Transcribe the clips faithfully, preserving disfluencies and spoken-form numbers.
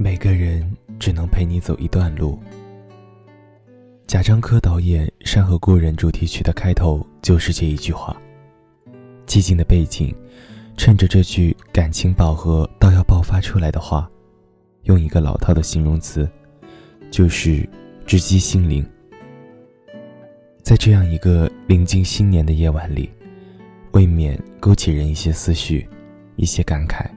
每个人只能陪你走一段路。贾樟柯导演《山河故人》主题曲的开头就是这一句话。寂静的背景，趁着这句感情饱和到要爆发出来的话，用一个老套的形容词，就是直击心灵。在这样一个临近新年的夜晚里，未免勾起人一些思绪，一些感慨。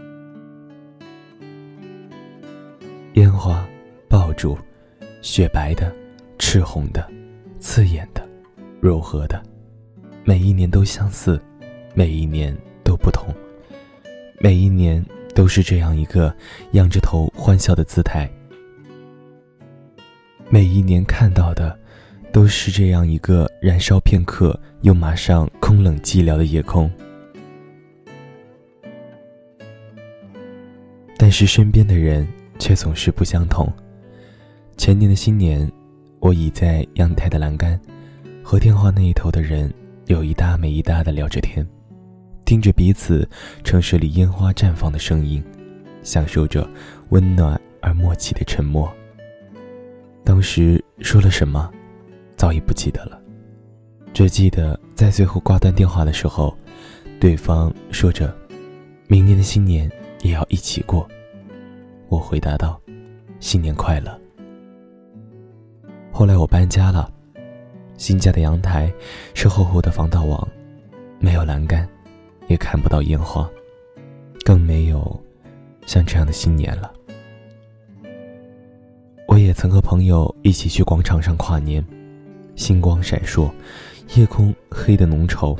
烟花爆竹，雪白的，赤红的，刺眼的，柔和的，每一年都相似，每一年都不同，每一年都是这样一个仰着头欢笑的姿态，每一年看到的都是这样一个燃烧片刻又马上空冷寂寥的夜空。但是身边的人却总是不相同。前年的新年，我倚在阳台的栏杆，和电话那一头的人有一搭没一搭地聊着天，听着彼此城市里烟花绽放的声音，享受着温暖而默契的沉默。当时说了什么早已不记得了，只记得在最后挂断电话的时候，对方说着明年的新年也要一起过。我回答道，新年快乐。后来我搬家了，新家的阳台是厚厚的防盗网，没有栏杆，也看不到烟花，更没有像这样的新年了。我也曾和朋友一起去广场上跨年，星光闪烁，夜空黑得浓稠。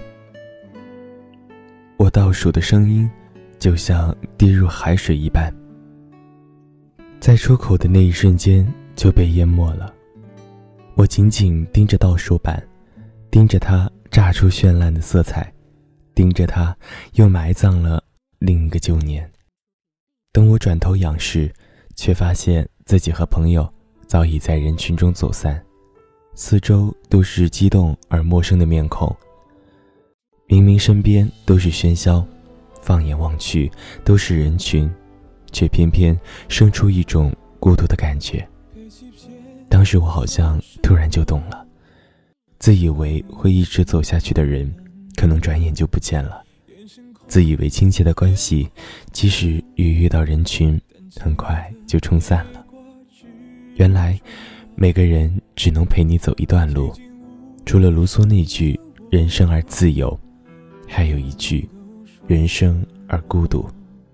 我倒数的声音就像跌入海水一般，在出口的那一瞬间就被淹没了。我紧紧盯着倒数板，盯着它炸出绚烂的色彩，盯着它又埋葬了另一个旧年。等我转头仰视，却发现自己和朋友早已在人群中走散，四周都是激动而陌生的面孔。明明身边都是喧嚣，放眼望去都是人群，却偏偏生出一种孤独的感觉。当时我好像突然就懂了，自以为会一直走下去的人，可能转眼就不见了；自以为亲切的关系，即使一遇到人群，很快就冲散了。原来每个人只能陪你走一段路，除了卢梭那句人生而自由，还有一句人生而孤独。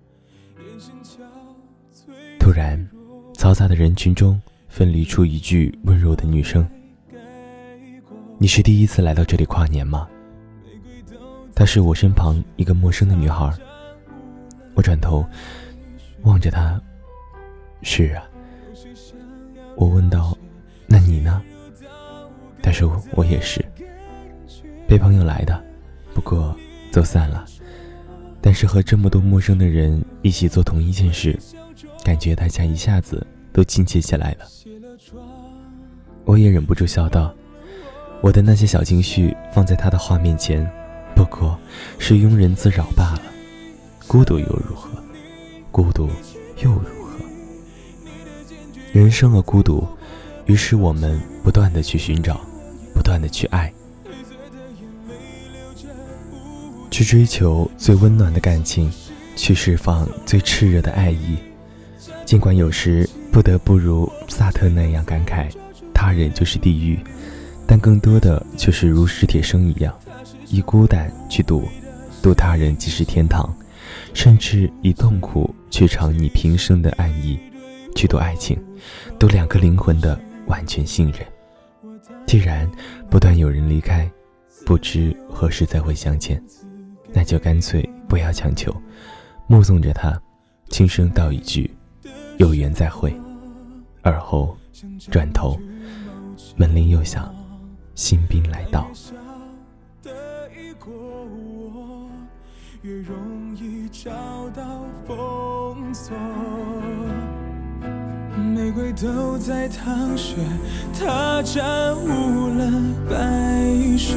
突然嘈杂的人群中分离出一句温柔的女声，你是第一次来到这里跨年吗？她是我身旁一个陌生的女孩。我转头望着她，是啊。我问道，那你呢？她说，我也是，陪朋友来的，不过走散了。但是和这么多陌生的人一起做同一件事，感觉大家一下子都亲切起来了。我也忍不住笑道，我的那些小情绪放在他的画面前，不过是庸人自扰罢了。孤独又如何？孤独又如何？人生而孤独，于是我们不断地去寻找，不断地去爱，去追求最温暖的感情，去释放最炽热的爱意。尽管有时不得不如萨特那样感慨他人就是地狱，但更多的却是如史铁生一样，以孤单去度度他人即是天堂，甚至以痛苦去尝你平生的安逸，去度爱情，度两颗灵魂的完全信任。既然不断有人离开，不知何时再会相见，那就干脆不要强求，目送着他轻声道一句有缘再会，而后转头，门铃又响，新兵来到。越容易找到封锁，玫瑰都在淌血，它沾污了白雪。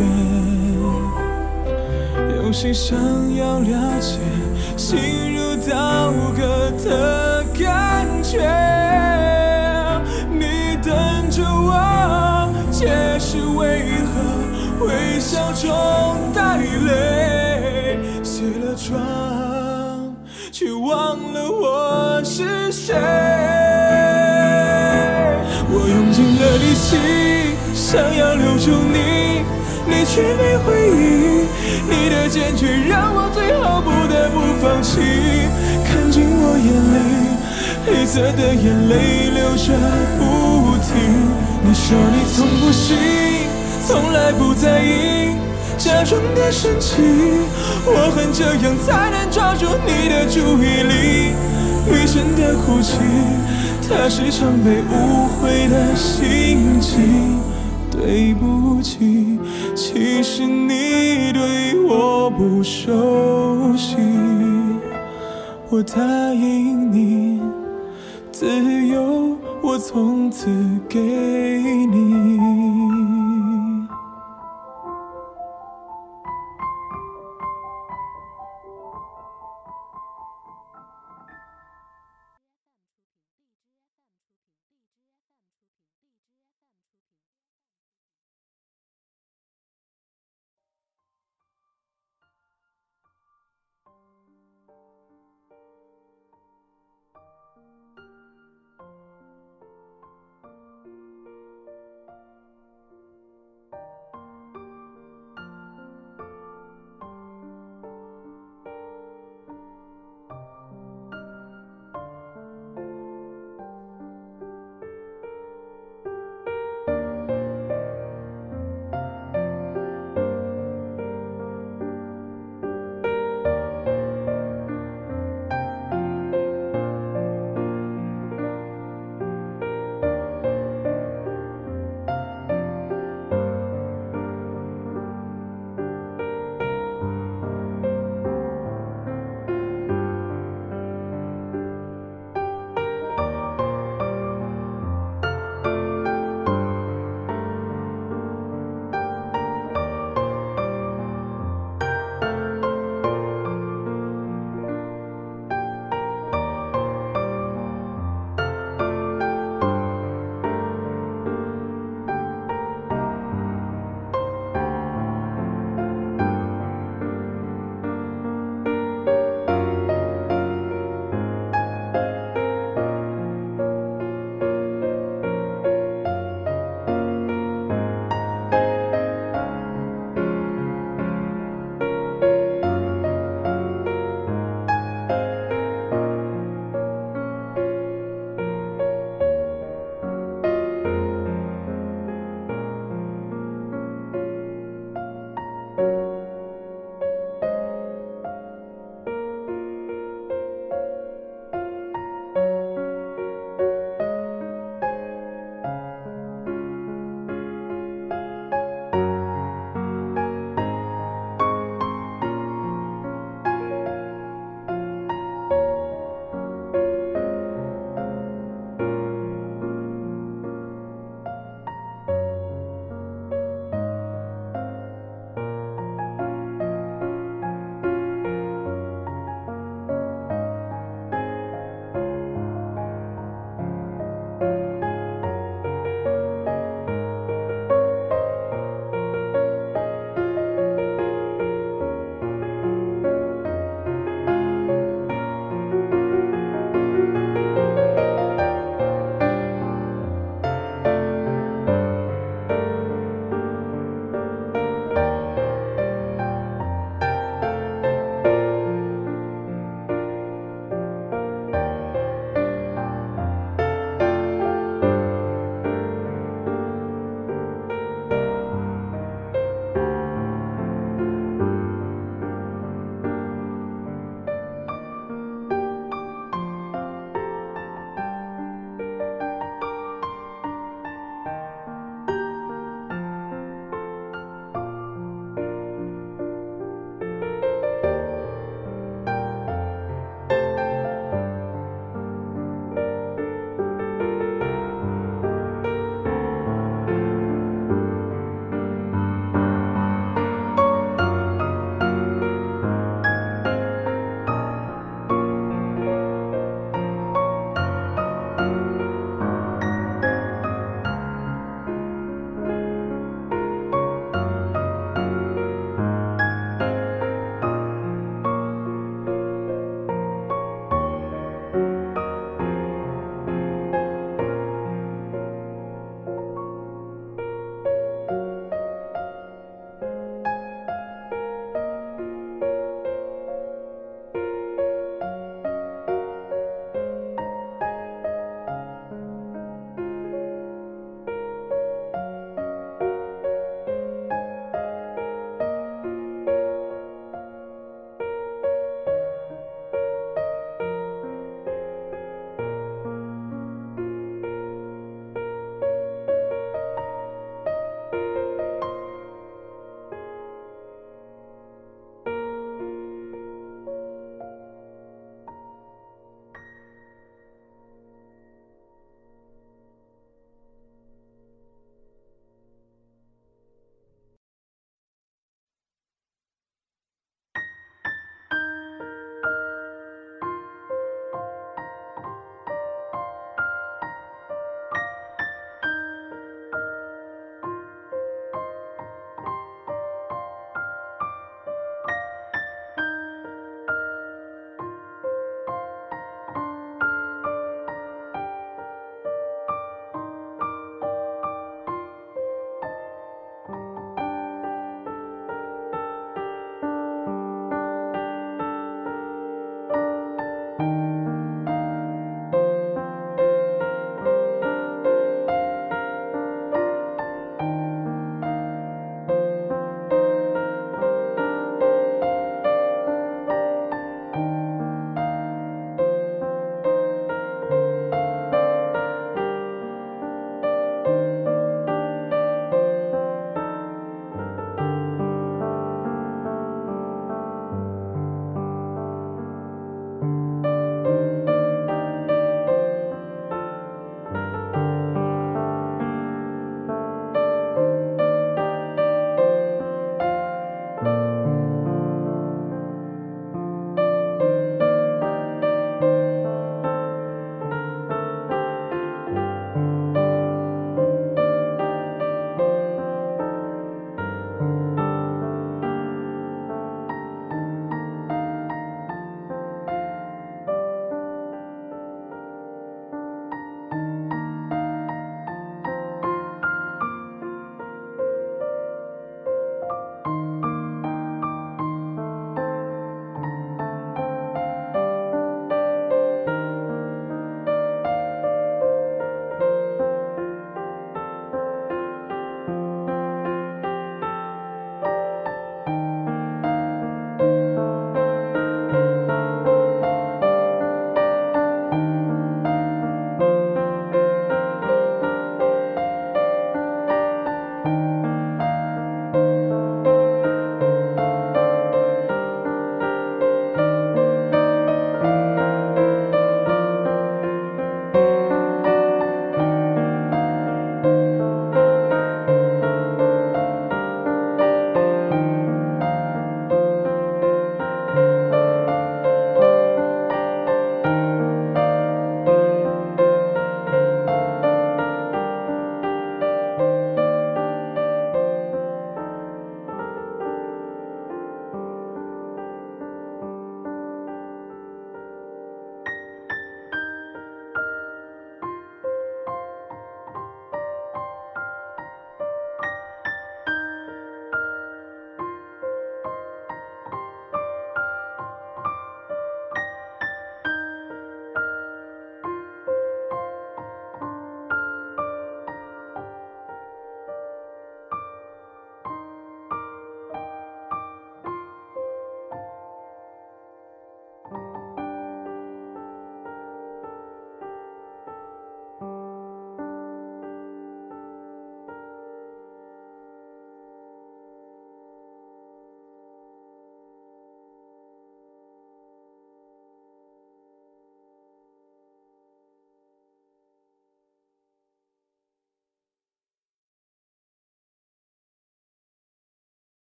有谁想要了解心如刀割的感觉？ 中带泪，卸了妆，却忘了我是谁。我用尽了力气，想要留住你，你却没回应。你的坚决让我最后不得不放弃。看进我眼里，黑色的眼泪流着不停。你说你从不信，从来不在意，假装的生气。我恨这样才能抓住你的注意力。女生的哭泣，它是场被误会的心情。对不起，其实你对我不熟悉。我答应你，自由我从此给你。